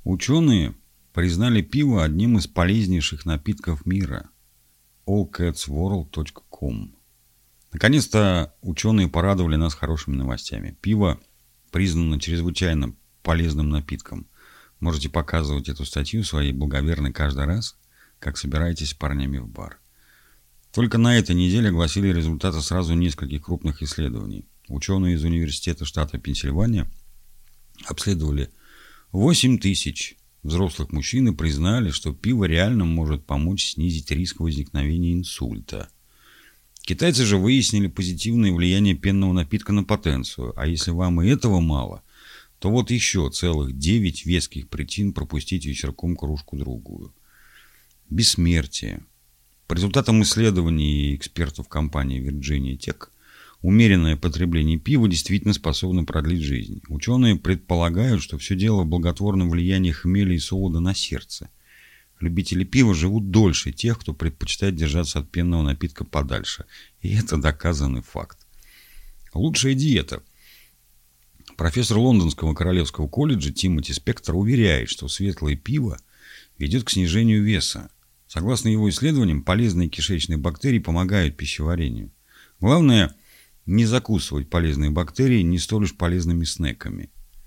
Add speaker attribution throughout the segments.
Speaker 1: Ученые признали пиво одним из полезнейших напитков мира. allcatsworld.com. Наконец-то ученые порадовали нас хорошими новостями. Пиво признано чрезвычайно полезным напитком. Можете показывать эту статью своей благоверной каждый раз, как собираетесь с парнями в бар. Только на этой неделе огласили результаты сразу нескольких крупных исследований. Ученые из университета штата Пенсильвания обследовали 8 тысяч взрослых мужчин и признали, что пиво реально может помочь снизить риск возникновения инсульта. Китайцы же выяснили позитивное влияние пенного напитка на потенцию, а если вам и этого мало, то вот еще целых 9 веских причин пропустить вечерком кружку-другую. Бессмертие. По результатам исследований экспертов компании Virginia Tech, умеренное потребление пива действительно способно продлить жизнь. Ученые предполагают, что все дело в благотворном влиянии хмеля и солода на сердце. Любители пива живут дольше тех, кто предпочитает держаться от пенного напитка подальше. И это доказанный факт. Лучшая диета. Профессор Лондонского Королевского колледжа Тимоти Спектор уверяет, что светлое пиво ведет к снижению веса. Согласно его исследованиям, полезные кишечные бактерии помогают пищеварению. Главное, не закусывать полезные бактерии не столь уж полезными снеками.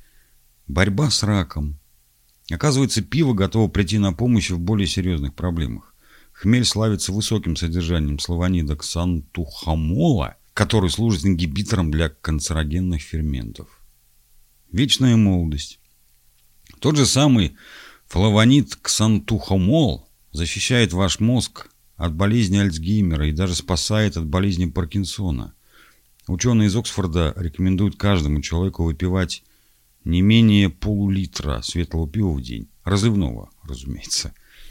Speaker 1: Борьба с раком. Оказывается, пиво готово прийти на помощь в более серьезных проблемах. Хмель славится высоким содержанием славонида ксантухамола, который служит ингибитором для канцерогенных ферментов. Вечная молодость. Тот же самый флавонид ксантухамол защищает ваш мозг от болезни Альцгеймера и даже спасает от болезни Паркинсона. Ученые из Оксфорда рекомендуют каждому человеку выпивать не менее полулитра светлого пива в день. Разливного, разумеется.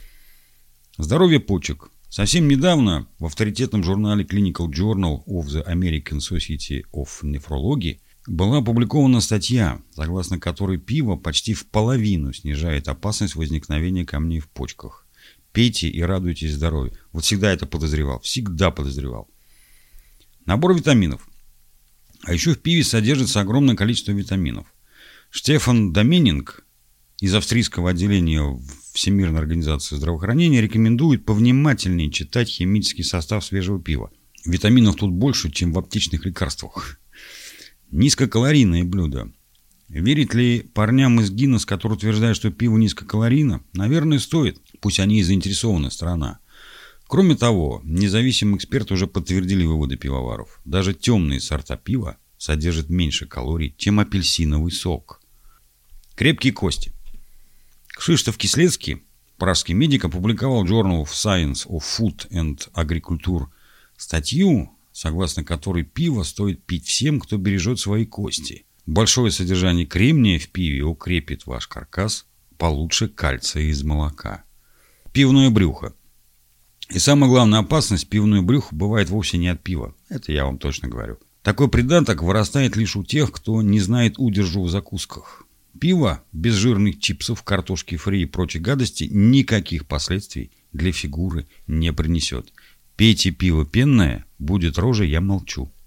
Speaker 1: Здоровье почек. Совсем недавно в авторитетном журнале Clinical Journal of the American Society of Nephrology была опубликована статья, согласно которой пиво почти в половину снижает опасность возникновения камней в почках. Пейте и радуйтесь здоровью. Вот всегда это подозревал. Всегда подозревал. Набор витаминов. А еще в пиве содержится огромное количество витаминов. Штефан Доменинг из австрийского отделения Всемирной организации здравоохранения рекомендует повнимательнее читать химический состав свежего пива. Витаминов тут больше, чем в аптечных лекарствах. Низкокалорийное блюдо. Верить ли парням из Гиннес, которые утверждают, что пиво низкокалорийно? Наверное, стоит. Пусть они и заинтересованная сторона. Кроме того, независимые эксперты уже подтвердили выводы пивоваров. Даже темные сорта пива содержат меньше калорий, чем апельсиновый сок. Крепкие кости. Кшиштоф Кислецкий, пражский медик, опубликовал в Journal of Science of Food and Agriculture статью, согласно которой пиво стоит пить всем, кто бережет свои кости. Большое содержание кремния в пиве укрепит ваш каркас получше кальция из молока. Пивное брюхо. И самая главная опасность, пивное брюхо бывает вовсе не от пива. Это я вам точно говорю. Такой придаток вырастает лишь у тех, кто не знает удержу в закусках. Пиво без жирных чипсов, картошки фри и прочей гадости никаких последствий для фигуры не принесет. Пейте пиво пенное, будет рожа, я молчу.